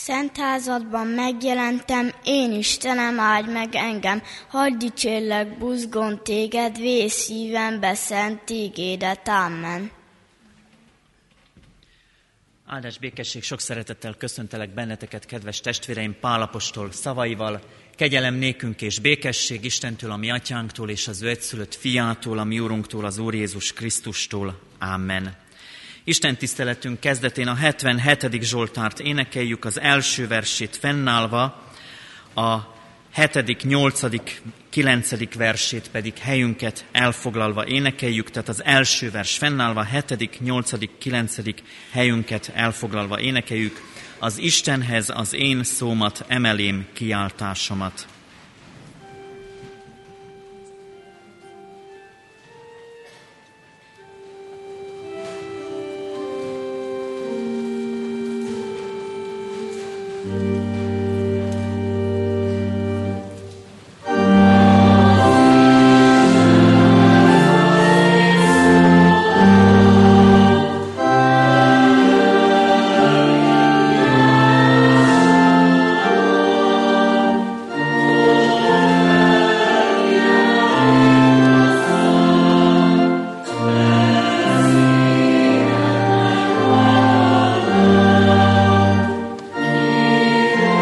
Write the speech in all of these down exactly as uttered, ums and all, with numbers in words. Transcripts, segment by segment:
szent házadban megjelentem, én Istenem, áldj meg engem, hadd dicsérlek buzgón téged, vész szívembe szent ígédet. Amen. Áldás, békesség, sok szeretettel köszöntelek benneteket, kedves testvéreim, Pál apostol szavaival. Kegyelem nékünk és békesség Istentől, a mi atyánktól, és az ő egyszülött fiától, a mi úrunktól, az Úr Jézus Krisztustól. Amen. Isten tiszteletünk kezdetén a hetvenhetedik Zsoltárt énekeljük, az első versét fennállva, a hetedik, nyolcadik, kilencedik versét pedig helyünket elfoglalva énekeljük, tehát az első vers fennállva, hetedik, nyolcadik, kilencedik helyünket elfoglalva énekeljük, az Istenhez az én szómat emelém, kiáltásomat. Yeah.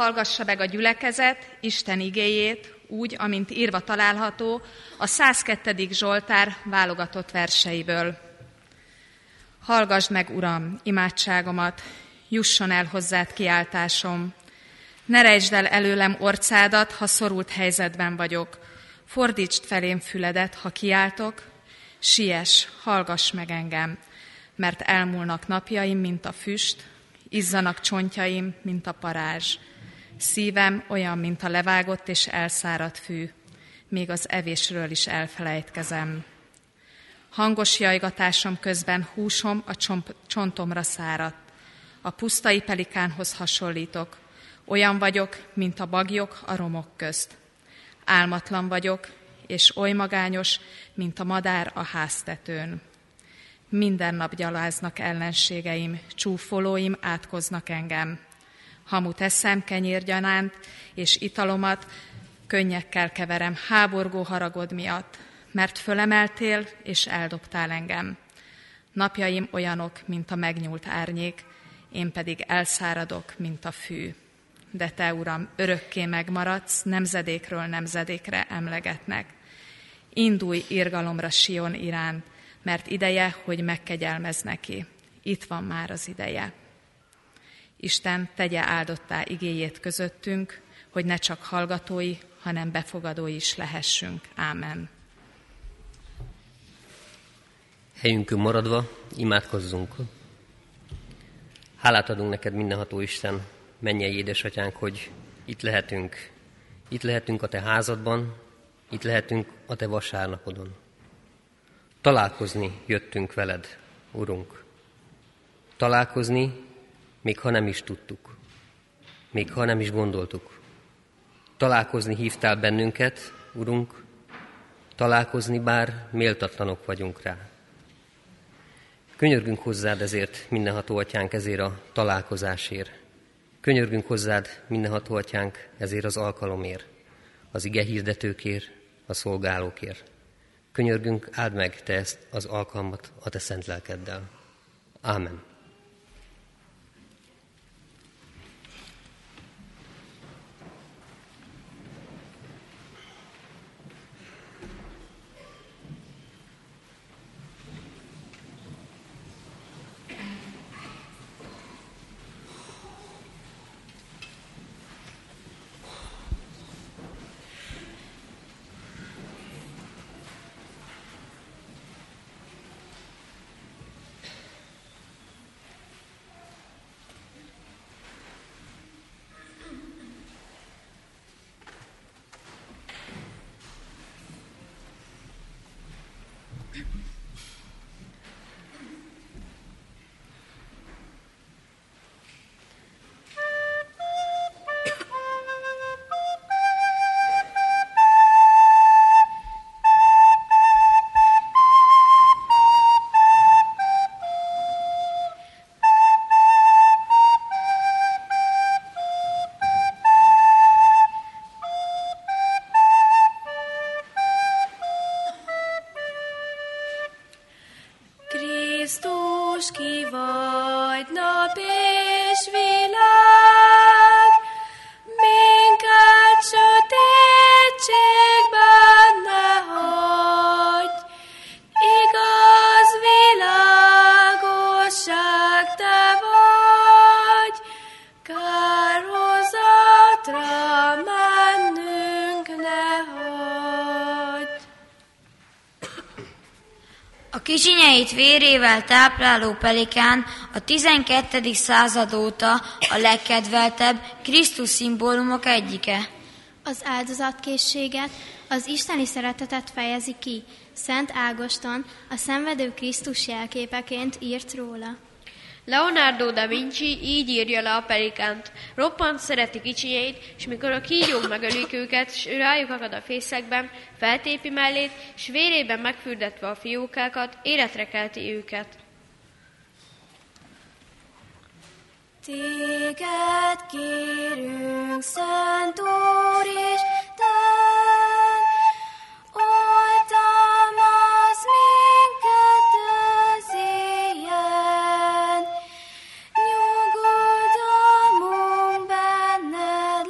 hallgassa meg a gyülekezet Isten igéjét, úgy, amint írva található a százkettő. Zsoltár válogatott verseiből. Hallgasd meg, Uram, imádságomat, jusson el hozzád kiáltásom. Ne rejtsd el előlem orcádat, ha szorult helyzetben vagyok. Fordítsd felém füledet, ha kiáltok. Siess, hallgass meg engem, mert elmúlnak napjaim, mint a füst, izzanak csontjaim, mint a parázs. Szívem olyan, mint a levágott és elszáradt fű, még az evésről is elfelejtkezem. Hangos jajgatásom közben húsom a csomp- csontomra száradt. A pusztai pelikánhoz hasonlítok. Olyan vagyok, mint a bagyok a romok közt. Álmatlan vagyok, és oly magányos, mint a madár a háztetőn. Minden nap gyaláznak ellenségeim, csúfolóim átkoznak engem. Hamut eszem kenyérgyanánt, és italomat könnyekkel keverem háborgó haragod miatt, mert fölemeltél, és eldobtál engem. Napjaim olyanok, mint a megnyúlt árnyék, én pedig elszáradok, mint a fű. De te, Uram, örökké megmaradsz, nemzedékről nemzedékre emlegetnek. Indulj irgalomra Sion iránt, mert ideje, hogy megkegyelmezz neki. Itt van már az ideje. Isten tegye áldottá igéjét közöttünk, hogy ne csak hallgatói, hanem befogadói is lehessünk. Ámen. Helyünkön maradva imádkozzunk. Hálát adunk neked, mindenható Isten, mennyei édesatyánk, hogy itt lehetünk. Itt lehetünk a te házadban, itt lehetünk a te vasárnapodon. Találkozni jöttünk veled, Urunk. Találkozni, még ha nem is tudtuk, még ha nem is gondoltuk. Találkozni hívtál bennünket, Urunk, találkozni, bár méltatlanok vagyunk rá. Könyörgünk hozzád ezért, mindenható atyánk, ezért a találkozásért. Könyörgünk hozzád, mindenható atyánk, ezért az alkalomért, az ige hirdetőkért, a szolgálókért. Könyörgünk, áld meg te ezt az alkalmat a te szent lelkeddel. Ámen. Krisztus, ki vagy nap és világ, minket sötétségben ne hagyj. Igaz világosság te vagy, kárhozatra mennünk ne hagyj. A kicsinyeit vérével tápláló pelikán a tizenkettedik század óta a legkedveltebb Krisztus szimbólumok egyike. Az áldozatkészséget, az isteni szeretetet fejezi ki. Szent Ágoston a szenvedő Krisztus jelképeként írt róla. Leonardo da Vinci így írja le a pelikánt. Roppant szereti kicsinyeit, és mikor a kígyók megölik őket, s rájuk akad a fészekben, feltépi mellét, s vérében megfürdetve a fiókákat, életre kelti őket. Téged kérünk, Szent Úr Isten, oltalmazz minket az éjjel, nyugodalmunk benned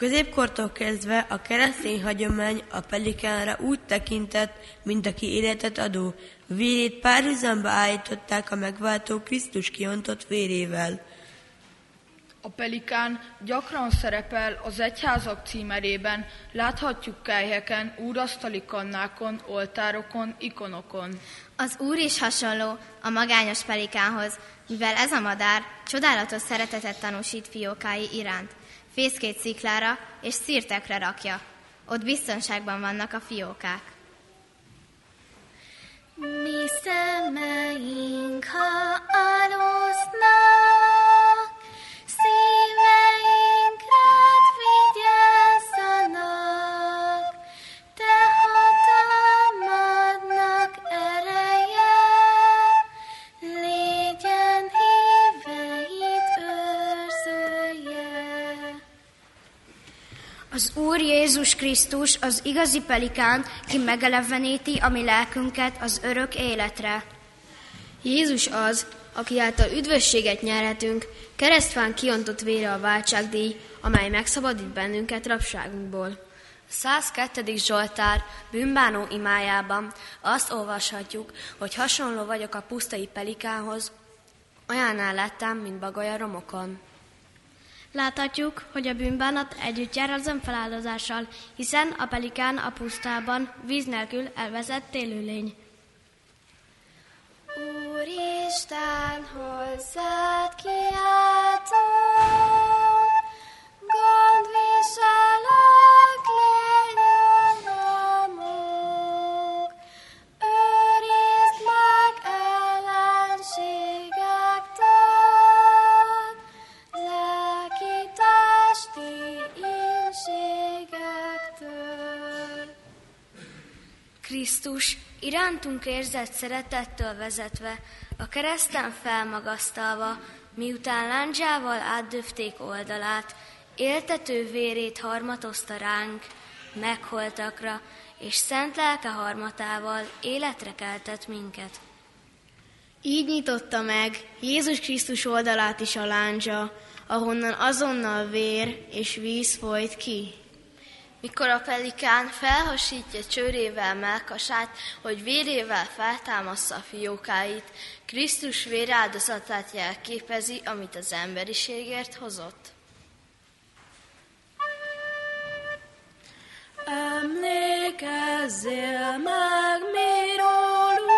középkortól kezdve a keresztény hagyomány a pelikánra úgy tekintett, mint aki életet adó. Vérét párhuzamba állították a megváltó Krisztus kiontott vérével. A pelikán gyakran szerepel az egyházak címerében, láthatjuk kályheken, úrasztali kannákon, oltárokon, ikonokon. Az Úr is hasonló a magányos pelikánhoz, mivel ez a madár csodálatos szeretetet tanúsít fiókái iránt. Fészkét sziklára és szirtekre rakja. Ott biztonságban vannak a fiókák. Mi szemeink, ha alusznak, szíveink rád vigyázzanak, te hatalmadnak ereje, légyen híveid őrzője. Az Úr Jézus Krisztus az igazi pelikán, ki megeleveníti a mi lelkünket az örök életre. Jézus az, aki által üdvösséget nyerhetünk, keresztfán kiontott vére a váltságdíj, amely megszabadít bennünket rabságunkból. A száz kettő. Zsoltár bűnbánó imájában azt olvashatjuk, hogy hasonló vagyok a pusztai pelikánhoz, olyannál lettem, mint bagoly a romokon. Láthatjuk, hogy a bűnbánat együtt jár az önfeláldozással, hiszen a pelikán a pusztában víz nélkül elvezett élőlény. Úristen, hozzád kiáltunk, gondviselők légy nyomunk, őrizd meg ellenségektől, lelki testi ínségektől. Krisztus irántunk érzett szeretettől vezetve, a kereszten felmagasztalva, miután lándzsával átdöfték oldalát, éltető vérét harmatozta ránk, megholtakra, és szent lelke harmatával életre keltett minket. Így nyitotta meg Jézus Krisztus oldalát is a lándzsa, ahonnan azonnal vér és víz folyt ki. Mikor a pelikán felhasítja csőrével mellkasát, hogy vérével feltámassza a fiókáit, Krisztus véráldozatát jelképezi, amit az emberiségért hozott. Emlékezzél meg mi rólunk,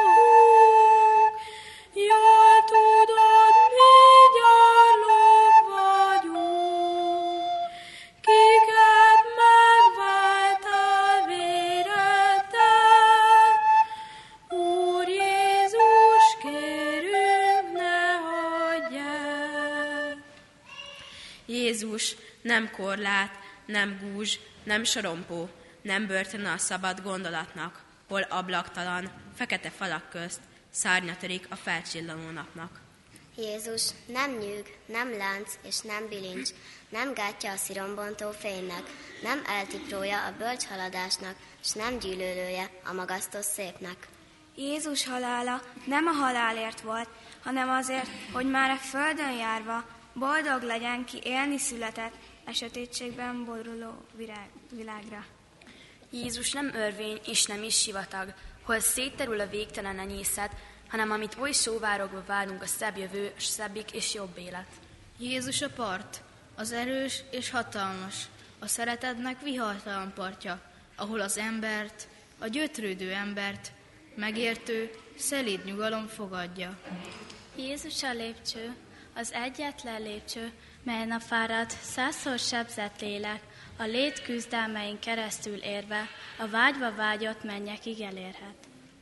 jól tudod, mi gyarlók vagyunk, kiket megváltál véreddel. Úr Jézus, kérünk, ne hagyj el. Jézus nem korlát, nem gúzs, nem sorompó, nem börtön a szabad gondolatnak, hol ablaktalan, fekete falak közt szárnya törik a felcsillanó napnak. Jézus nem nyűg, nem lánc és nem bilincs, nem gátja a szirombontó fénynek, nem eltiprója a bölcs haladásnak, s nem gyűlölője a magasztos szépnek. Jézus halála nem a halálért volt, hanem azért, hogy már a földön járva boldog legyen, ki élni született a sötétségben boruló világra. Jézus nem örvény és nem is sivatag, hol szétterül a végtelen enyészet, hanem amit oly sóvárogva várunk a szebb jövő, s szebbik és jobb élet. Jézus a part, az erős és hatalmas, a szeretetnek vihartalan partja, ahol az embert, a gyötrődő embert, megértő, szelíd nyugalom fogadja. Jézus a lépcső, az egyetlen lépcső, melyen a fáradt, százszor sebzett lélek, a lét küzdelmein keresztül érve, a vágyva vágyott mennyekig elérhet.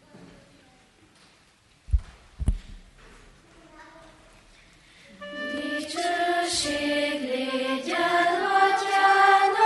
Dicsőség légyen Atyának,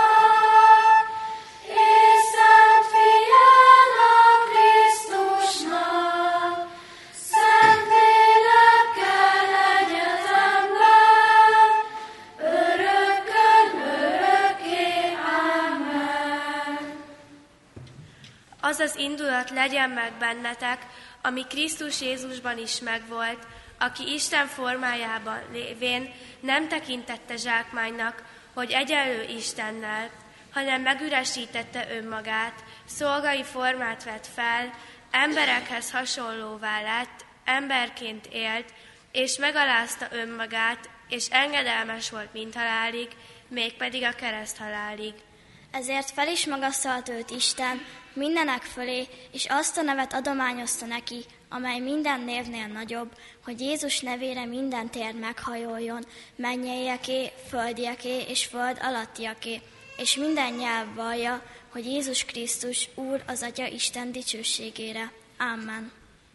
és Szent Fiának, Krisztusnak, Szent Lélekkel egyetemben, örökkön örökké. Ámen. Az az indulat legyen meg bennetek, ami Krisztus Jézusban is megvolt, aki Isten formájában lévén nem tekintette zsákmánynak, hogy egyenlő Istennel, hanem megüresítette önmagát, szolgai formát vett fel, emberekhez hasonlóvá lett, emberként élt, és megalázta önmagát, és engedelmes volt mindhalálig, mégpedig a kereszthalálig. Ezért fel is magasztalt őt Isten mindenek fölé, és azt a nevet adományozta neki, amely minden névnél nagyobb, hogy Jézus nevére minden tér meghajoljon, mennyeieké, földieké és föld alattiaké, és minden nyelv vallja, hogy Jézus Krisztus Úr az Atya Isten dicsőségére. Amen.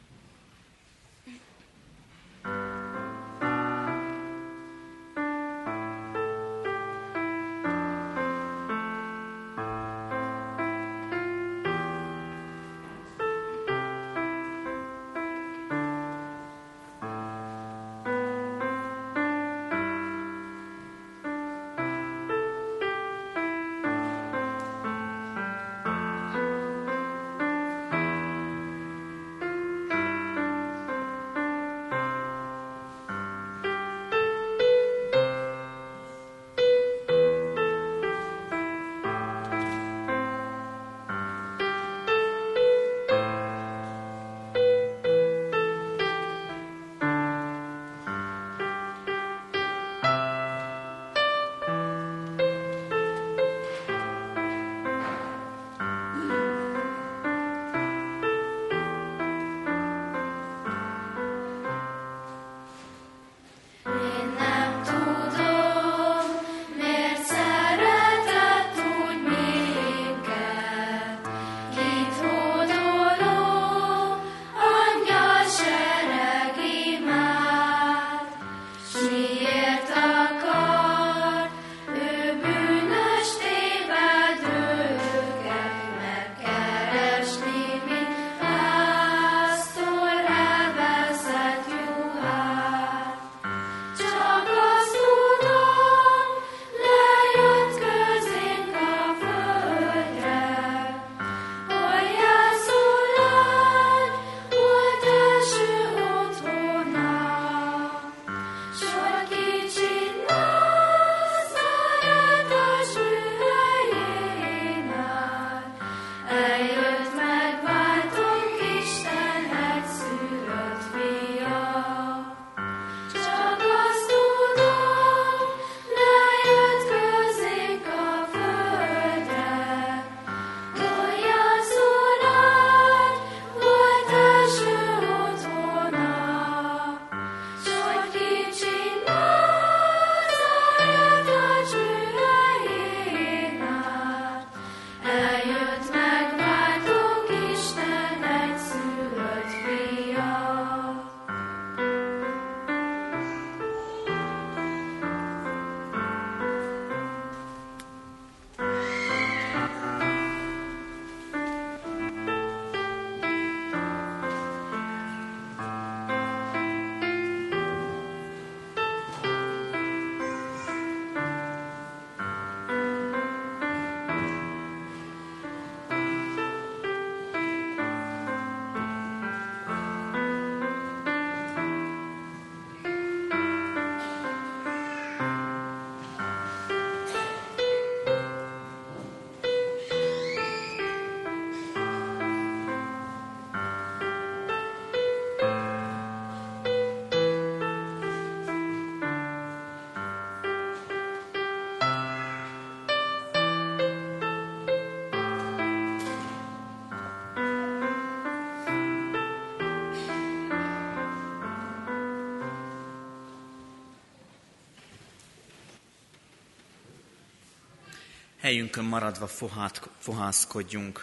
helyünkön maradva fohát, fohászkodjunk.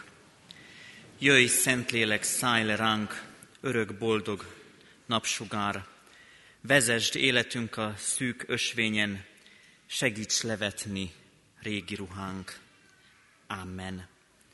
Jöjj, Szentlélek, szállj le ránk, örök boldog napsugár, vezesd életünk a szűk ösvényen, segíts levetni régi ruhánk. Amen.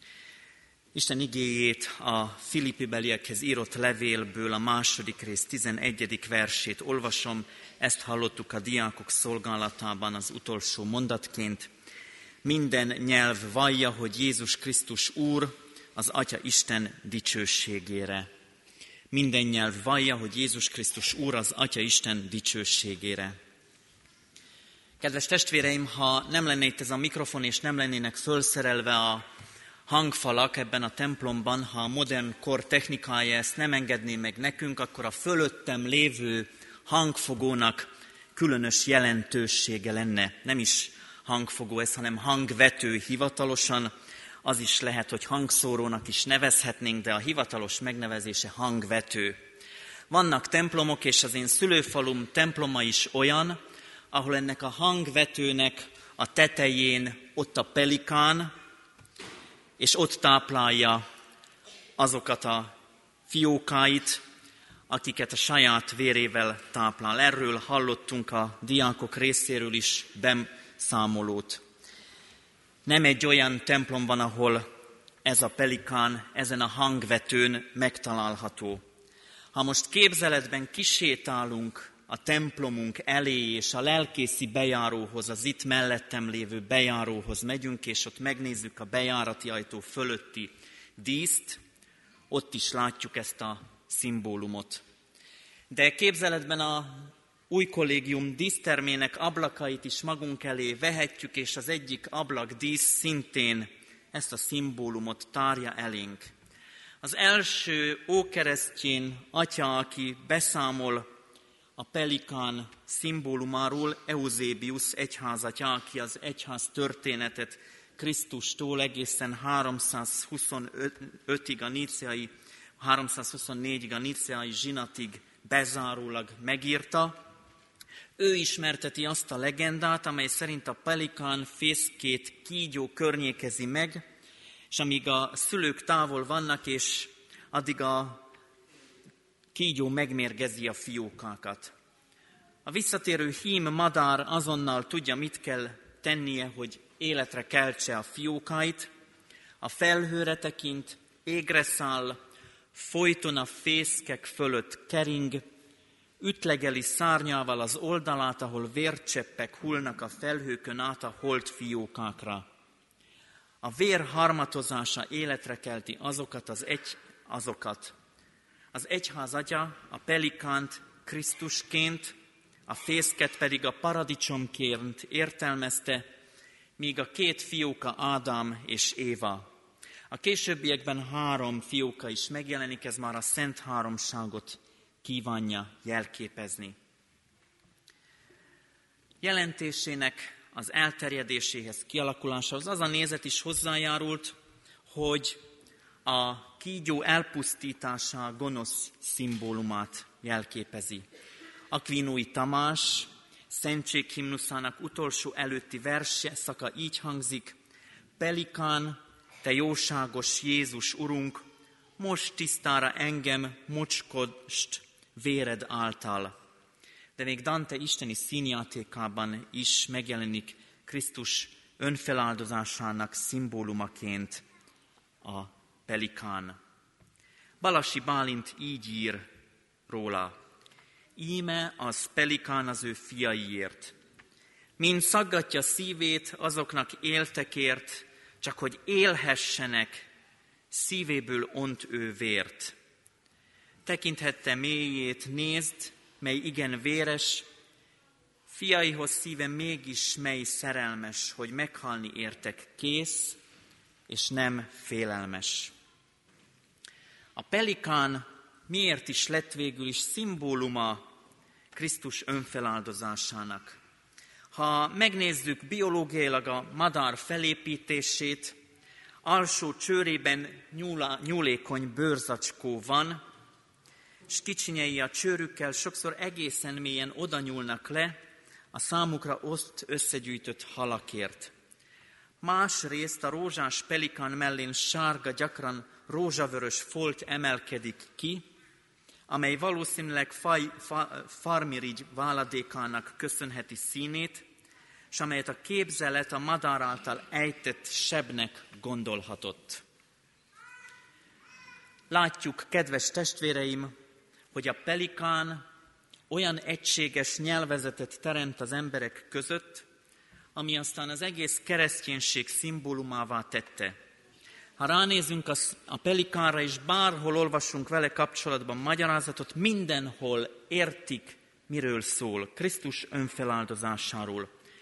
Isten igéjét a Filippi beliekhez írott levélből a második rész tizenegyedik versét olvasom, ezt hallottuk a diákok szolgálatában az utolsó mondatként. Minden nyelv vallja, hogy Jézus Krisztus Úr, az Atya Isten dicsőségére. Minden nyelv vallja, hogy Jézus Krisztus Úr, az Atya Isten dicsőségére. Kedves testvéreim, ha nem lenne itt ez a mikrofon, és nem lennének fölszerelve a hangfalak ebben a templomban, ha a modern kor technikája ezt nem engedné meg nekünk, akkor a fölöttem lévő hangfogónak különös jelentősége lenne. Nem is hangfogó ez, hanem hangvető hivatalosan. Az is lehet, hogy hangszórónak is nevezhetnénk, de a hivatalos megnevezése hangvető. Vannak templomok, és az én szülőfalum temploma is olyan, ahol ennek a hangvetőnek a tetején ott a pelikán, és ott táplálja azokat a fiókáit, akiket a saját vérével táplál. Erről hallottunk a diákok részéről is beszámolót. Nem egy olyan templom van, ahol ez a pelikán ezen a hangvetőn megtalálható. Ha most képzeletben kisétálunk a templomunk elé, és a lelkészi bejáróhoz, az itt mellettem lévő bejáróhoz megyünk, és ott megnézzük a bejárati ajtó fölötti díszt, ott is látjuk ezt a szimbólumot. De képzeletben a új kollégium dísztermének ablakait is magunk elé vehetjük, és az egyik ablak dísz szintén ezt a szimbólumot tárja elénk. Az első ókeresztjén atya, aki beszámol a pelikán szimbólumáról, Euzébius egyházatya, aki az egyház történetet Krisztustól egészen háromszázhuszonötig a níceai, háromszázhuszonnégyig a níceai zsinatig bezárólag megírta. Ő ismerteti azt a legendát, amely szerint a pelikán fészkét kígyó környékezi meg, és amíg a szülők távol vannak, és addig a kígyó megmérgezi a fiókákat. A visszatérő hím madár azonnal tudja, mit kell tennie, hogy életre keltse a fiókáit. A felhőre tekint, égre száll, folyton a fészkek fölött kering, ütlegeli szárnyával az oldalát, ahol vércseppek hullnak a felhőkön át a holt fiókákra. A vér harmatozása életre kelti azokat az egy, azokat. Az egyház atya a pelikánt Krisztusként, a fészket pedig a paradicsomként értelmezte, míg a két fióka Ádám és Éva. A későbbiekben három fióka is megjelenik, ez már a Szent Háromságot kívánja jelképezni. Jelentésének az elterjedéséhez, kialakulásához az a nézet is hozzájárult, hogy a kígyó elpusztítása a gonosz szimbólumát jelképezi. Akvinói Tamás szentséghimnuszának utolsó előtti verse szaka így hangzik: Pelikán, te jóságos Jézus Urunk, most tisztára engem, mocskost véred által. De még Dante isteni színjátékában is megjelenik Krisztus önfeláldozásának szimbólumaként a pelikán. Balassi Bálint így ír róla: íme az pelikán az ő fiaiért. Mind szaggatja szívét azoknak éltekért, csak hogy élhessenek, szívéből ont ő vért. Tekinthette mélyét, nézd, mely igen véres, fiaihoz szíve mégis mely szerelmes, hogy meghalni értek kész, és nem félelmes. A pelikán miért is lett végül is szimbóluma Krisztus önfeláldozásának? Ha megnézzük biológiailag a madár felépítését, alsó csőrében nyúlá, nyúlékony bőrzacskó van, és kicsinyei a csőrükkel sokszor egészen mélyen oda nyúlnak le a számukra ott összegyűjtött halakért. Másrészt a rózsás pelikán mellén sárga, gyakran rózsavörös folt emelkedik ki, amely valószínűleg faj, fa, farmirigy váladékának köszönheti színét, és amelyet a képzelet a madár által ejtett sebnek gondolhatott. Látjuk, kedves testvéreim, hogy a pelikán olyan egységes nyelvezetet teremt az emberek között, ami aztán az egész kereszténység szimbólumává tette. Ha ránézünk a pelikánra, és bárhol olvasunk vele kapcsolatban magyarázatot, mindenhol értik, miről szól, Krisztus önfeláldozásáról.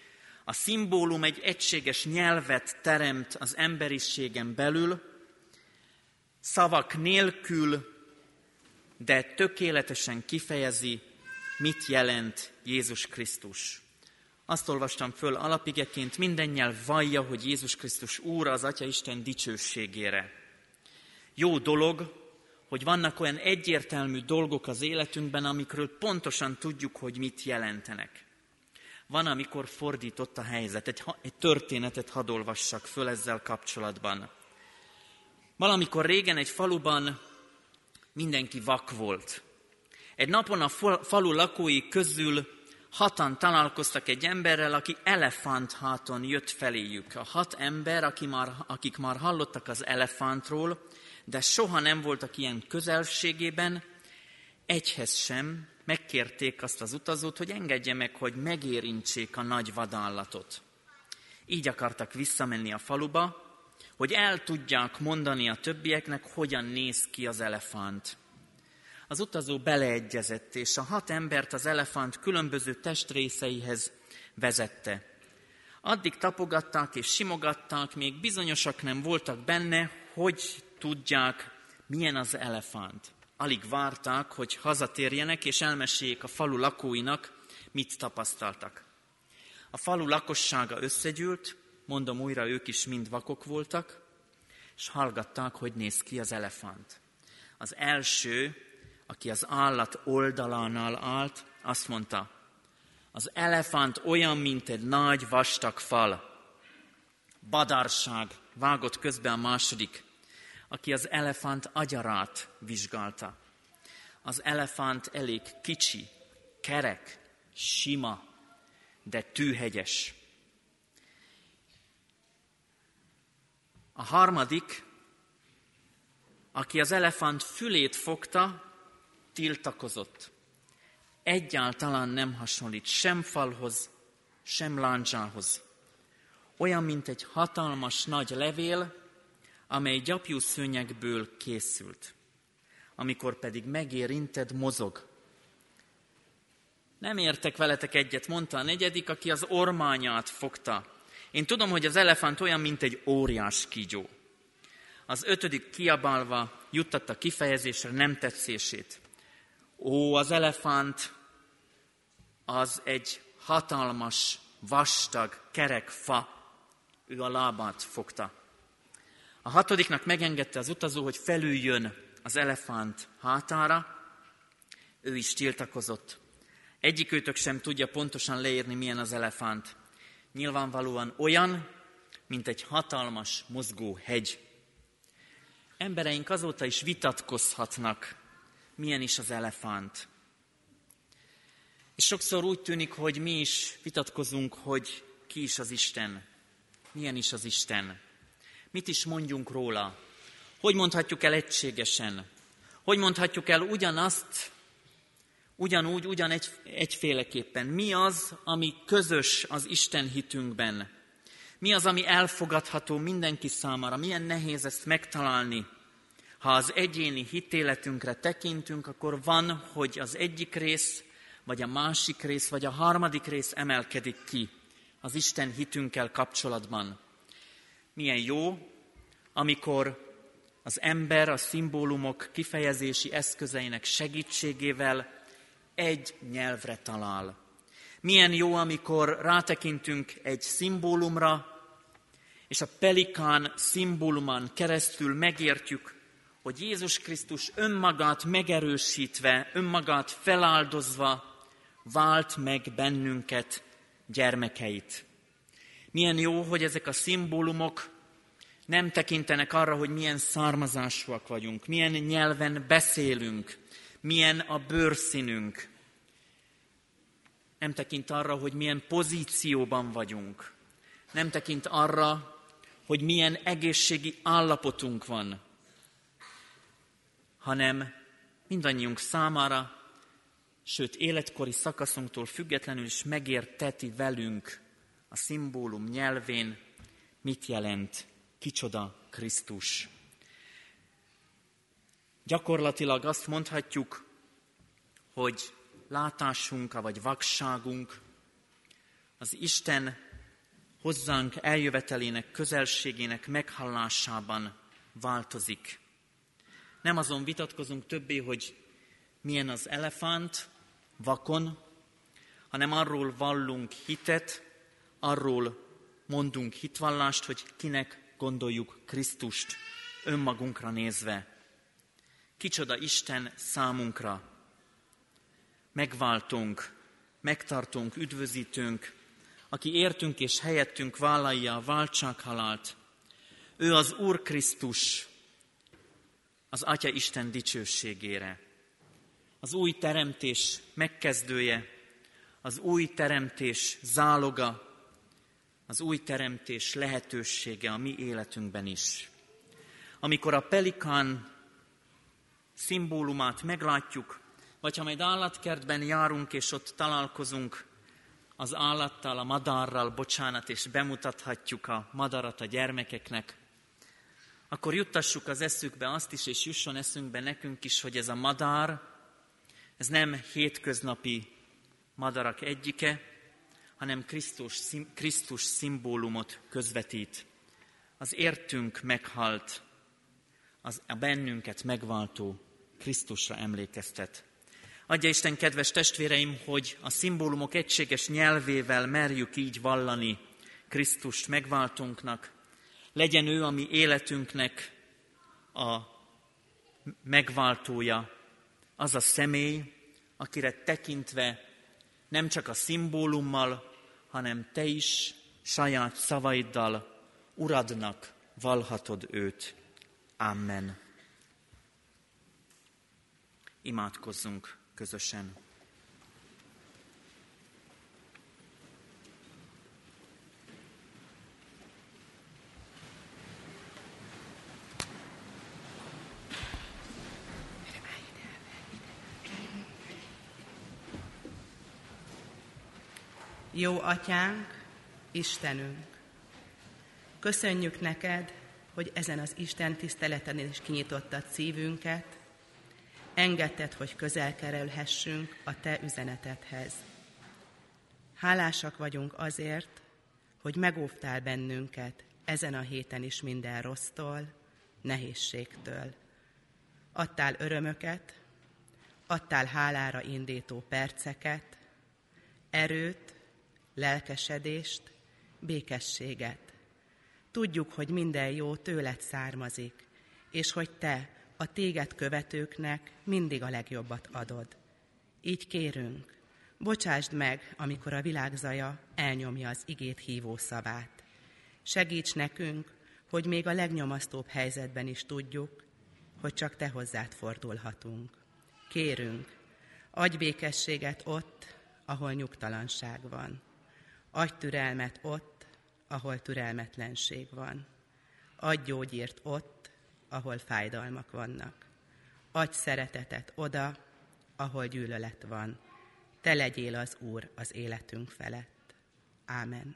A szimbólum egy egységes nyelvet teremt az emberiségen belül, szavak nélkül, de tökéletesen kifejezi, mit jelent Jézus Krisztus. Azt olvastam föl alapigeként, minden nyelv vallja, hogy Jézus Krisztus Úr az Atya Isten dicsőségére. Jó dolog, hogy vannak olyan egyértelmű dolgok az életünkben, amikről pontosan tudjuk, hogy mit jelentenek. Van, amikor fordított a helyzet. Egy, egy történetet hadd olvassak föl ezzel kapcsolatban. Valamikor régen egy faluban mindenki vak volt. Egy napon a falu lakói közül hatan találkoztak egy emberrel, aki elefántháton jött feléjük. A hat ember, aki már, akik már hallottak az elefántról, de soha nem voltak ilyen közelségében, egyhez sem megkérték azt az utazót, hogy engedje meg, hogy megérintsék a nagy vadállatot. Így akartak visszamenni a faluba, hogy el tudják mondani a többieknek, hogyan néz ki az elefánt. Az utazó beleegyezett, és a hat embert az elefánt különböző testrészeihez vezette. Addig tapogatták és simogatták, még bizonyosak nem voltak benne, hogy tudják, milyen az elefánt. Alig várták, hogy hazatérjenek, és elmeséljék a falu lakóinak, mit tapasztaltak. A falu lakossága összegyűlt, mondom újra, ők is mind vakok voltak, és hallgatták, hogy néz ki az elefánt. Az első, aki az állat oldalánál állt, azt mondta, az elefánt olyan, mint egy nagy vastag fal. Badárság, vágott közbe a második, aki az elefánt agyarát vizsgálta. Az elefánt elég kicsi, kerek, sima, de tűhegyes. A harmadik, aki az elefánt fülét fogta, tiltakozott. Egyáltalán nem hasonlít sem falhoz, sem lándzsához. Olyan, mint egy hatalmas nagy levél, amely gyapjú szőnyegből készült. Amikor pedig megérinted, mozog. Nem értek veletek egyet, mondta a negyedik, aki az ormányát fogta. Én tudom, hogy az elefánt olyan, mint egy óriás kígyó. Az ötödik kiabálva juttatta kifejezésre nem tetszését. Ó, az elefánt az egy hatalmas, vastag, kerek fa. Ő a lábát fogta. A hatodiknak megengedte az utazó, hogy felüljön az elefánt hátára. Ő is tiltakozott. Egyikőtök sem tudja pontosan leírni, milyen az elefánt. Nyilvánvalóan olyan, mint egy hatalmas, mozgó hegy. Embereink azóta is vitatkozhatnak, milyen is az elefánt. És sokszor úgy tűnik, hogy mi is vitatkozunk, hogy ki is az Isten, milyen is az Isten. Mit is mondjunk róla? Hogy mondhatjuk el egységesen? Hogy mondhatjuk el ugyanazt, ugyanúgy, ugyan egy, egyféleképpen? Mi az, ami közös az Isten hitünkben? Mi az, ami elfogadható mindenki számára? Milyen nehéz ezt megtalálni? Ha az egyéni hitéletünkre tekintünk, akkor van, hogy az egyik rész, vagy a másik rész, vagy a harmadik rész emelkedik ki az Isten hitünkkel kapcsolatban. Milyen jó, amikor az ember a szimbólumok kifejezési eszközeinek segítségével egy nyelvre talál. Milyen jó, amikor rátekintünk egy szimbólumra, és a pelikán szimbólumán keresztül megértjük, hogy Jézus Krisztus önmagát megerősítve, önmagát feláldozva vált meg bennünket, gyermekeit. Milyen jó, hogy ezek a szimbólumok nem tekintenek arra, hogy milyen származásúak vagyunk, milyen nyelven beszélünk, milyen a bőrszínünk. Nem tekint arra, hogy milyen pozícióban vagyunk. Nem tekint arra, hogy milyen egészségi állapotunk van, hanem mindannyiunk számára, sőt életkori szakaszunktól függetlenül is megérteti velünk a szimbólum nyelvén, mit jelent, kicsoda Krisztus. Gyakorlatilag azt mondhatjuk, hogy látásunk, vagy vakságunk az Isten hozzánk eljövetelének, közelségének meghallásában változik. Nem azon vitatkozunk többé, hogy milyen az elefánt vakon, hanem arról vallunk hitet, arról mondunk hitvallást, hogy kinek gondoljuk Krisztust önmagunkra nézve. Kicsoda Isten számunkra. Megváltunk, megtartunk, üdvözítünk, aki értünk és helyettünk vállalja a váltsághalált. Ő az Úr Krisztus, az Atya Isten dicsőségére. Az új teremtés megkezdője, az új teremtés záloga, az új teremtés lehetősége a mi életünkben is. Amikor a pelikán szimbólumát meglátjuk, vagy ha majd állatkertben járunk, és ott találkozunk az állattal, a madárral, bocsánat, és bemutathatjuk a madarat a gyermekeknek, akkor juttassuk az eszükbe azt is, és jusson eszünkbe nekünk is, hogy ez a madár, ez nem hétköznapi madarak egyike, hanem Krisztus, Krisztus szimbólumot közvetít. Az értünk meghalt, az a bennünket megváltó Krisztusra emlékeztet. Adja Isten, kedves testvéreim, hogy a szimbólumok egységes nyelvével merjük így vallani Krisztust megváltónknak. Legyen ő a mi életünknek a megváltója, az a személy, akire tekintve nem csak a szimbólummal, hanem te is saját szavaiddal Uradnak vallhatod őt. Amen. Imádkozzunk közösen. Jó Atyánk, Istenünk, köszönjük neked, hogy ezen az Isten tiszteleten is kinyitottad szívünket, engedted, hogy közel kerülhessünk a te üzenetedhez. Hálásak vagyunk azért, hogy megóvtál bennünket ezen a héten is minden rossztól, nehézségtől. Adtál örömöket, adtál hálára indító perceket, erőt, lelkesedést, békességet. Tudjuk, hogy minden jó tőled származik, és hogy te a téged követőknek mindig a legjobbat adod. Így kérünk, bocsásd meg, amikor a világ zaja elnyomja az igét hívó szavát. Segíts nekünk, hogy még a legnyomasztóbb helyzetben is tudjuk, hogy csak te hozzád fordulhatunk. Kérünk, adj békességet ott, ahol nyugtalanság van. Adj türelmet ott, ahol türelmetlenség van. Adj gyógyírt ott, ahol fájdalmak vannak. Adj szeretetet oda, ahol gyűlölet van. Te legyél az Úr az életünk felett. Ámen.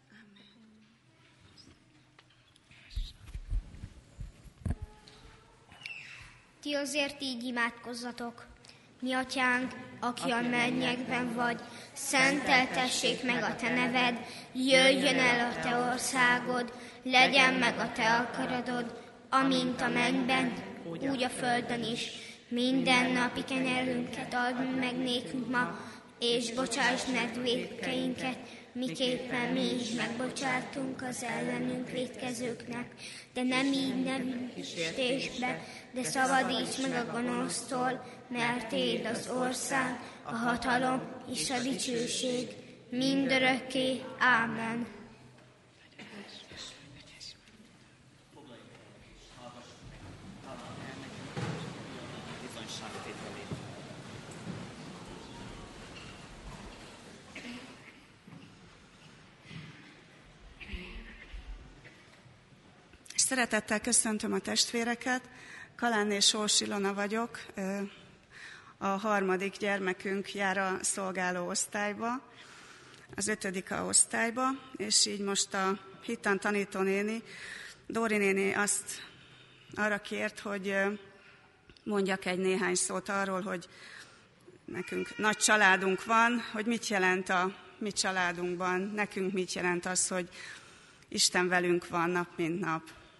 Ti azért így imádkozzatok. Mi atyánk, aki a mennyekben vagy, szenteltessék meg a te neved, jöjjön el a te országod, legyen meg a te akaratod, amint a mennyben, úgy a földön is. Minden napi kenyerünket add meg nékünk ma, és bocsásd meg vétkeinket, miképpen mi is megbocsátunk az ellenünk vétkezőknek, de nem így nem kísértésbe, de szabadíts meg a gonosztól, mert Téd az ország, a hatalom és a dicsőség mindörökké. Ámen. Szeretettel köszöntöm a testvéreket, Kalánné Sós Ilona vagyok, a harmadik gyermekünk jár a szolgáló osztályba, az ötödik a osztályba, és így most a hittan tanítónéni, Dóri néni azt arra kért, hogy mondjak egy néhány szót arról, hogy nekünk nagy családunk van, hogy mit jelent a mi családunkban, nekünk mit jelent az, hogy Isten velünk van nap, mint nap.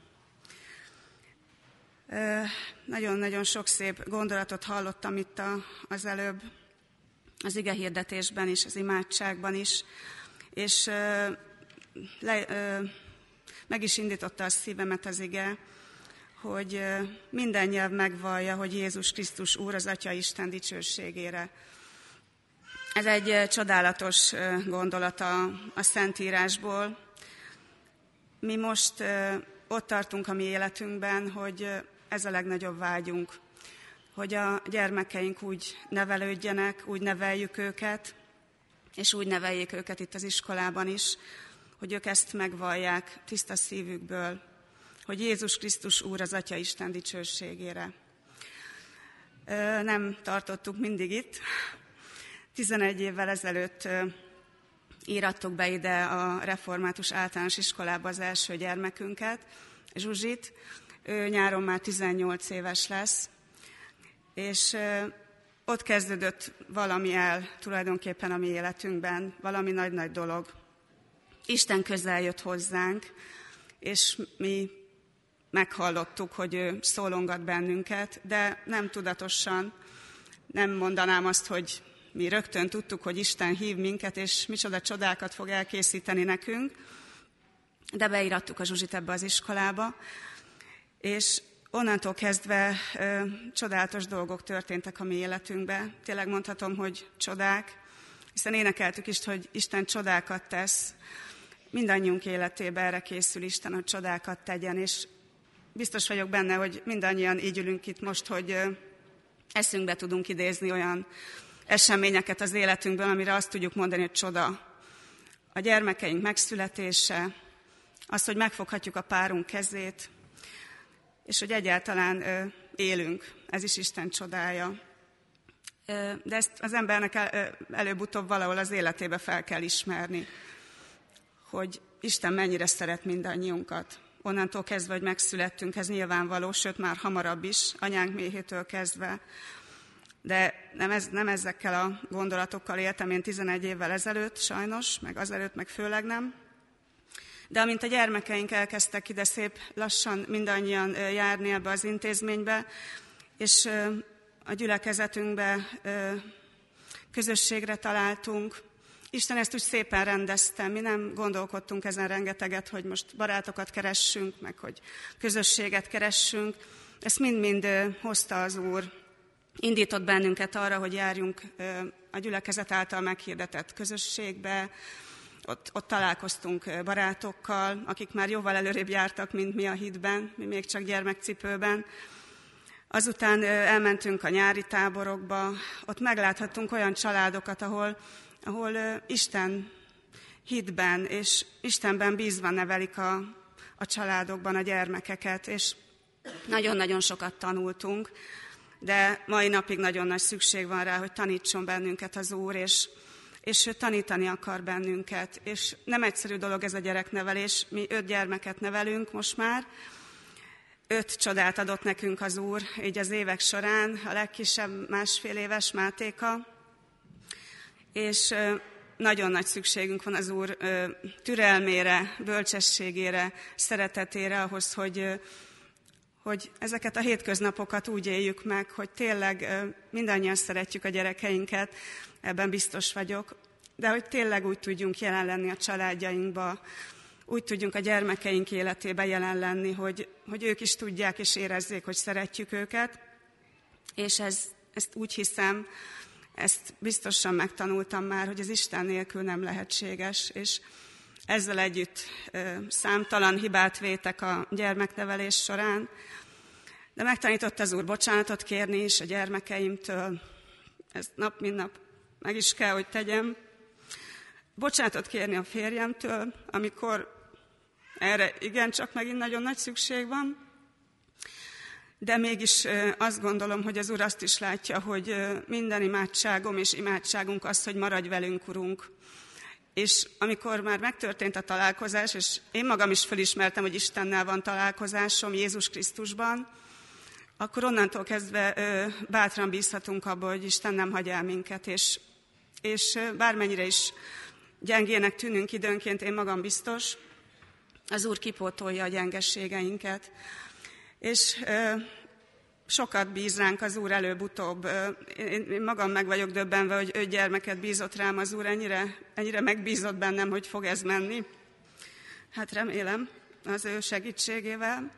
Nagyon-nagyon sok szép gondolatot hallottam itt az előbb, az igehirdetésben is, az imádságban is, és le, meg is indította a szívemet az ige, hogy minden nyelv megvallja, hogy Jézus Krisztus Úr az Atya Isten dicsőségére. Ez egy csodálatos gondolat a, a Szentírásból. Mi most ott tartunk a mi életünkben, hogy ez a legnagyobb vágyunk, hogy a gyermekeink úgy nevelődjenek, úgy neveljük őket, és úgy neveljék őket itt az iskolában is, hogy ők ezt megvallják tiszta szívükből, hogy Jézus Krisztus Úr az Atya Isten dicsőségére. Nem tartottuk mindig itt. tizenegy évvel ezelőtt írattuk be ide a református általános iskolába az első gyermekünket, Zsuzsit. Ő nyáron már tizennyolc éves lesz, és ott kezdődött valami el tulajdonképpen a mi életünkben, valami nagy-nagy dolog. Isten közel jött hozzánk, és mi meghallottuk, hogy ő szólongat bennünket, de nem tudatosan, nem mondanám azt, hogy mi rögtön tudtuk, hogy Isten hív minket, és micsoda csodákat fog elkészíteni nekünk, de beirattuk a Zsuzsit ebbe az iskolába, és onnantól kezdve ö, csodálatos dolgok történtek a mi életünkben. Tényleg mondhatom, hogy csodák, hiszen énekeltük is, hogy Isten csodákat tesz. Mindannyiunk életében erre készül Isten, hogy csodákat tegyen, és biztos vagyok benne, hogy mindannyian így ülünk itt most, hogy ö, eszünkbe tudunk idézni olyan eseményeket az életünkből, amire azt tudjuk mondani, hogy csoda. A gyermekeink megszületése, az, hogy megfoghatjuk a párunk kezét, és hogy egyáltalán ö, élünk. Ez is Isten csodája. Ö, de ezt az embernek el, ö, előbb-utóbb valahol az életébe fel kell ismerni, hogy Isten mennyire szeret mindannyiunkat. Onnantól kezdve, hogy megszülettünk, ez nyilvánvaló, sőt már hamarabb is, anyánk méhétől kezdve. De nem, ez, nem ezekkel a gondolatokkal éltem én tizenegy évvel ezelőtt, sajnos, meg azelőtt, meg főleg nem. De amint a gyermekeink elkezdtek ide szép lassan mindannyian járni ebbe az intézménybe, és a gyülekezetünkbe közösségre találtunk, Isten ezt úgy szépen rendezte, mi nem gondolkodtunk ezen rengeteget, hogy most barátokat keressünk, meg hogy közösséget keressünk. Ezt mind-mind hozta az Úr. Indított bennünket arra, hogy járjunk a gyülekezet által meghirdetett közösségbe. Ott, ott találkoztunk barátokkal, akik már jóval előrébb jártak, mint mi a hitben, mi még csak gyermekcipőben. Azután elmentünk a nyári táborokba, ott megláthattunk olyan családokat, ahol, ahol Isten hitben és Istenben bízva nevelik a, a családokban a gyermekeket, és nagyon-nagyon sokat tanultunk, de mai napig nagyon nagy szükség van rá, hogy tanítson bennünket az Úr, és, és tanítani akar bennünket. És nem egyszerű dolog ez a gyereknevelés, mi öt gyermeket nevelünk most már, öt csodát adott nekünk az Úr, így az évek során, a legkisebb másfél éves Mátéka, és nagyon nagy szükségünk van az Úr türelmére, bölcsességére, szeretetére ahhoz, hogy, hogy ezeket a hétköznapokat úgy éljük meg, hogy tényleg mindannyian szeretjük a gyerekeinket, ebben biztos vagyok, de hogy tényleg úgy tudjunk jelen lenni a családjainkba, úgy tudjunk a gyermekeink életébe jelen lenni, hogy, hogy ők is tudják és érezzék, hogy szeretjük őket, és ez, ezt úgy hiszem, ezt biztosan megtanultam már, hogy az Isten nélkül nem lehetséges, és ezzel együtt számtalan hibát vétek a gyermeknevelés során, de megtanított az Úr bocsánatot kérni is a gyermekeimtől, ezt nap mint nap meg is kell, hogy tegyem. Bocsánatot kérni a férjemtől, amikor erre igencsak megint nagyon nagy szükség van, de mégis azt gondolom, hogy az Úr azt is látja, hogy minden imádságom és imádságunk az, hogy maradj velünk, Urunk. És amikor már megtörtént a találkozás, és én magam is felismertem, hogy Istennel van találkozásom Jézus Krisztusban, akkor onnantól kezdve bátran bízhatunk abba, hogy Isten nem hagy el minket, és, és bármennyire is gyengének tűnünk időnként, én magam biztos, az Úr kipótolja a gyengességeinket. És ö, sokat bíz ránk az Úr előbb-utóbb. Én, én magam meg vagyok döbbenve, hogy öt gyermeket bízott rám az Úr, ennyire, ennyire megbízott bennem, hogy fog ez menni. Hát remélem az ő segítségével.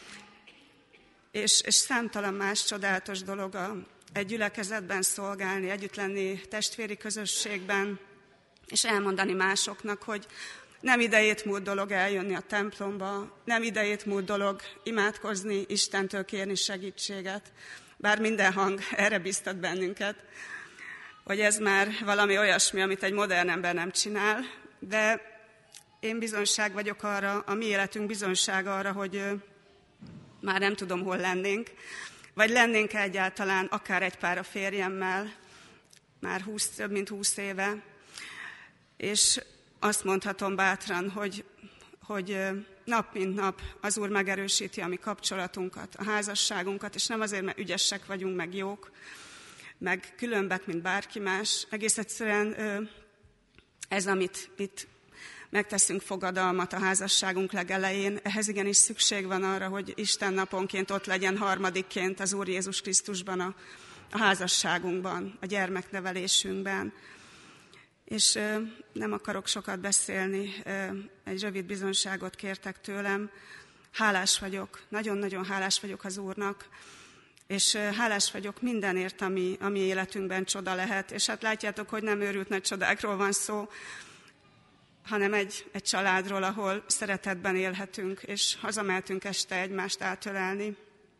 És, és számtalan más csodálatos dolog a, egy gyülekezetben szolgálni, együtt lenni testvéri közösségben, és elmondani másoknak, hogy nem idejét múlt dolog eljönni a templomba, nem idejét múlt dolog imádkozni, Istentől kérni segítséget, bár minden hang erre biztat bennünket, hogy ez már valami olyasmi, amit egy modern ember nem csinál, de én bizonyság vagyok arra, a mi életünk bizonysága arra, hogy már nem tudom, hol lennénk, vagy lennénk egyáltalán akár egy pár a férjemmel, már húsz, több mint húsz éve, és azt mondhatom bátran, hogy, hogy nap mint nap az Úr megerősíti a mi kapcsolatunkat, a házasságunkat, és nem azért, mert ügyesek vagyunk, meg jók, meg különbek, mint bárki más. Egész egyszerűen ez, amit itt megteszünk fogadalmat a házasságunk legelején, ehhez igenis szükség van arra, hogy Isten naponként ott legyen harmadikként az Úr Jézus Krisztusban a, a házasságunkban, a gyermeknevelésünkben. És ö, nem akarok sokat beszélni, ö, egy rövid bizonyságot kértek tőlem. Hálás vagyok, nagyon-nagyon hálás vagyok az Úrnak, és ö, hálás vagyok mindenért, ami, ami életünkben csoda lehet. És hát látjátok, hogy nem őrült nagy csodákról van szó, hanem egy, egy családról, ahol szeretetben élhetünk, és hazamehetünk este egymást átölelni.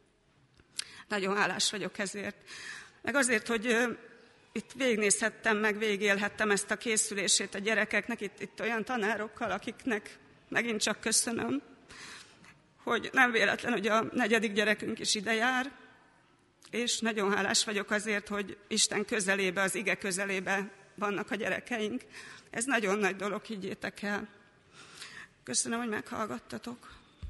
Nagyon hálás vagyok ezért. Meg azért, hogy ö, itt végignézhettem, meg végigélhettem ezt a készülését a gyerekeknek, itt, itt olyan tanárokkal, akiknek megint csak köszönöm, hogy nem véletlen, hogy a negyedik gyerekünk is ide jár, és nagyon hálás vagyok azért, hogy Isten közelébe, az ige közelébe vannak a gyerekeink. Ez nagyon nagy dolog, higgyétek el. Köszönöm, hogy meghallgattatok.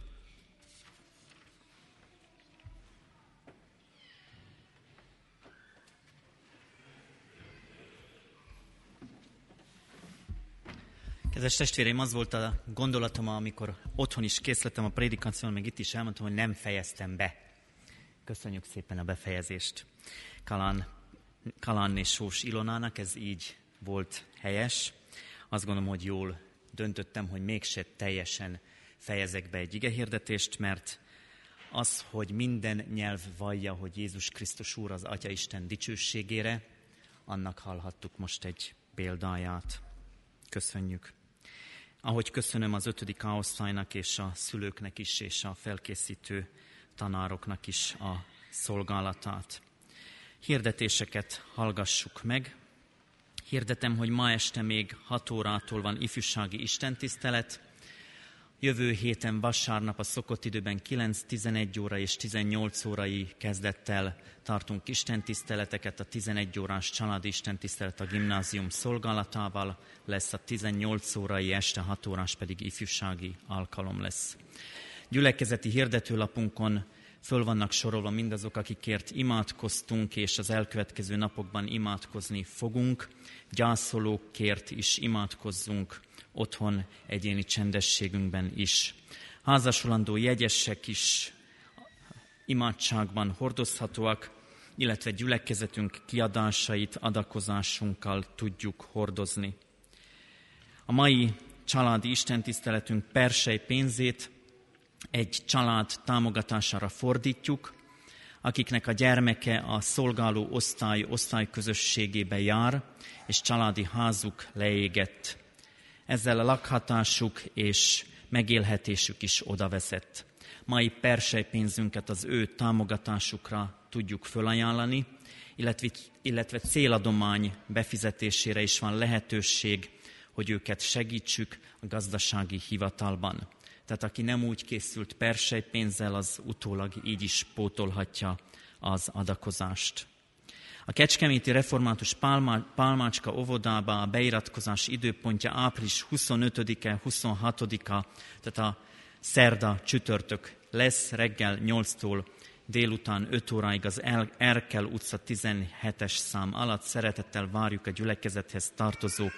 Kedves testvéreim, az volt a gondolatom, amikor otthon is készítettem a prédikáción, meg itt is elmondtam, hogy nem fejeztem be. Köszönjük szépen a befejezést. Kalán, Kalán és Sós Ilonának ez így volt helyes. Azt gondolom, hogy jól döntöttem, hogy mégse teljesen fejezek be egy igehirdetést, mert az, hogy minden nyelv vallja, hogy Jézus Krisztus Úr az Atya Isten dicsőségére, annak hallhattuk most egy példáját. Köszönjük. Ahogy köszönöm az ötödik A-osztálynak és a szülőknek is, és a felkészítő tanároknak is a szolgálatát. Hirdetéseket hallgassuk meg. Hirdetem, hogy ma este még hat órától van ifjúsági istentisztelet. Jövő héten vasárnap a szokott időben kilenc, tizenegy óra és tizennyolc órai kezdettel tartunk istentiszteleteket. A tizenegy órás családi istentisztelet a gimnázium szolgálatával lesz, a tizennyolc órai, este hat órás pedig ifjúsági alkalom lesz. Gyülekezeti hirdetőlapunkon föl vannak sorolva mindazok, akikért imádkoztunk, és az elkövetkező napokban imádkozni fogunk. Gyászolókért is imádkozzunk, otthon egyéni csendességünkben is. Házasulandó jegyesek is imádságban hordozhatóak, illetve gyülekezetünk kiadásait adakozásunkkal tudjuk hordozni. A mai családi istentiszteletünk persely pénzét egy család támogatására fordítjuk, akiknek a gyermeke a szolgáló osztály osztályközösségébe jár, és családi házuk leégett. Ezzel a lakhatásuk és megélhetésük is odavezett. Mai perselypénzünket az ő támogatásukra tudjuk fölajánlani, illetve, illetve céladomány befizetésére is van lehetőség, hogy őket segítsük a gazdasági hivatalban. Tehát aki nem úgy készült perselypénzzel, az utólag így is pótolhatja az adakozást. A Kecskeméti Református Pálmá, Pálmácska óvodába a beiratkozás időpontja április huszonötödike, huszonhatodika, tehát a szerda, csütörtök lesz reggel nyolctól délután öt óráig az Erkel utca tizenhetes szám alatt. Szeretettel várjuk a gyülekezethez tartozók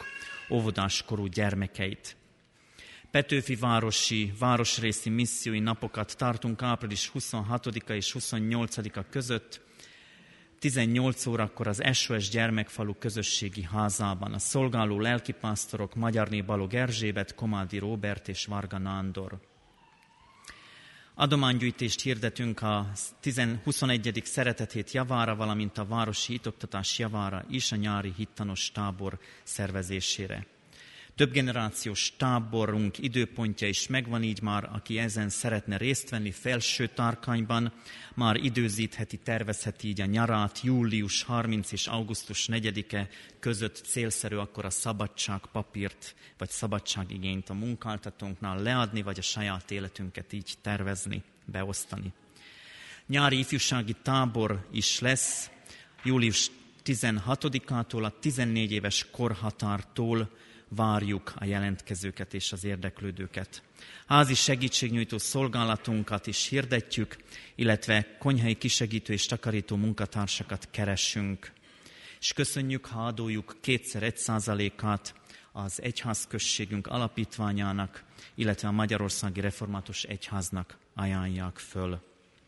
óvodáskorú gyermekeit. Petőfi városi, városrészi missziói napokat tartunk április huszonhatodika és huszonnyolcadika között, tizennyolc órakor az es o es Gyermekfalu közösségi házában. A szolgáló lelkipásztorok Magyarné Balog Erzsébet, Komádi Róbert és Varga Nándor. Adománygyűjtést hirdetünk a huszonegyedik szeretethét javára, valamint a városi hitoktatás javára is a nyári hittanos tábor szervezésére. Többgenerációs táborunk időpontja is megvan, így már aki ezen szeretne részt venni felső Tarkányban, már időzítheti, tervezheti így a nyarát. Július harmincadika és augusztus negyedike között célszerű akkor a szabadságpapírt vagy szabadságigényt a munkáltatónknál leadni, vagy a saját életünket így tervezni, beosztani. Nyári ifjúsági tábor is lesz július tizenhatodikától, a tizennégy éves korhatártól várjuk a jelentkezőket és az érdeklődőket. Házi segítségnyújtó szolgálatunkat is hirdetjük, illetve konyhai kisegítő és takarító munkatársakat keresünk. És köszönjük, ha adójuk kétszer egy százalékát az egyházközségünk alapítványának, illetve a Magyarországi Református Egyháznak ajánlják föl.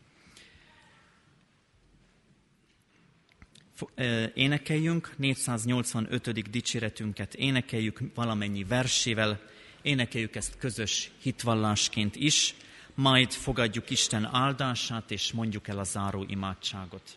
Énekeljünk, négyszáznyolcvanötödik dicséretünket énekeljük valamennyi versével, énekeljük ezt közös hitvallásként is, majd fogadjuk Isten áldását, és mondjuk el a záró imádságot.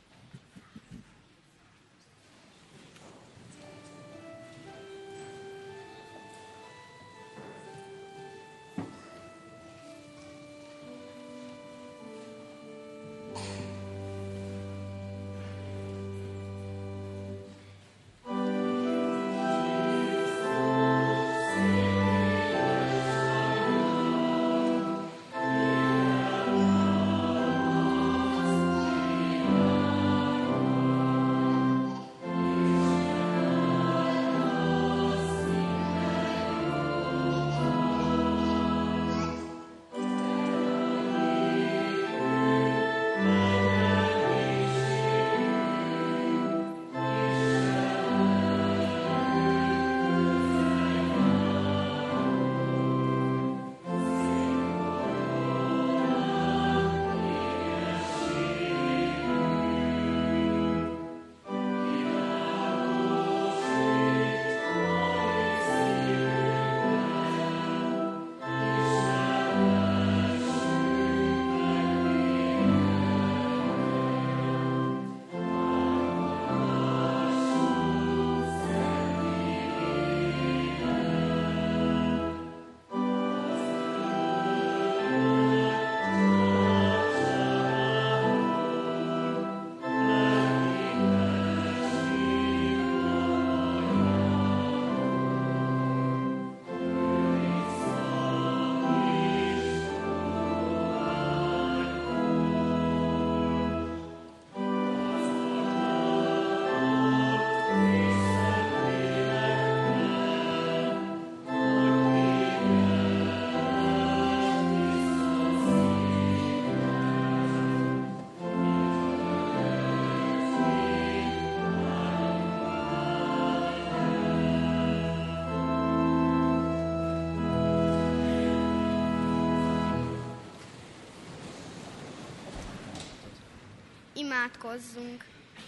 Imádkozzunk!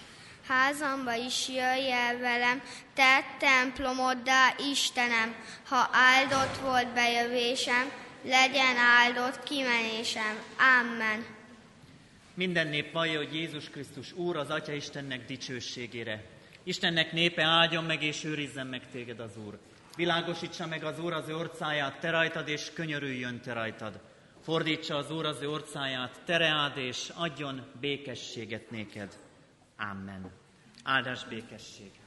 Házamba is jöjj el velem, te templomoddá, Istenem, ha áldott volt bejövésem, legyen áldott kimenésem. Amen. Minden nép vallja, hogy Jézus Krisztus Úr, az Atya Istennek dicsőségére. Istennek népe, áldjon meg és őrizzen meg téged az Úr. Világosítsa meg az Úr az ő orcáját te rajtad, és könyörüljön te rajtad. Fordítsa az Úr az ő orcáját te reád, és adjon békességet néked. Amen. Áldás, békesség.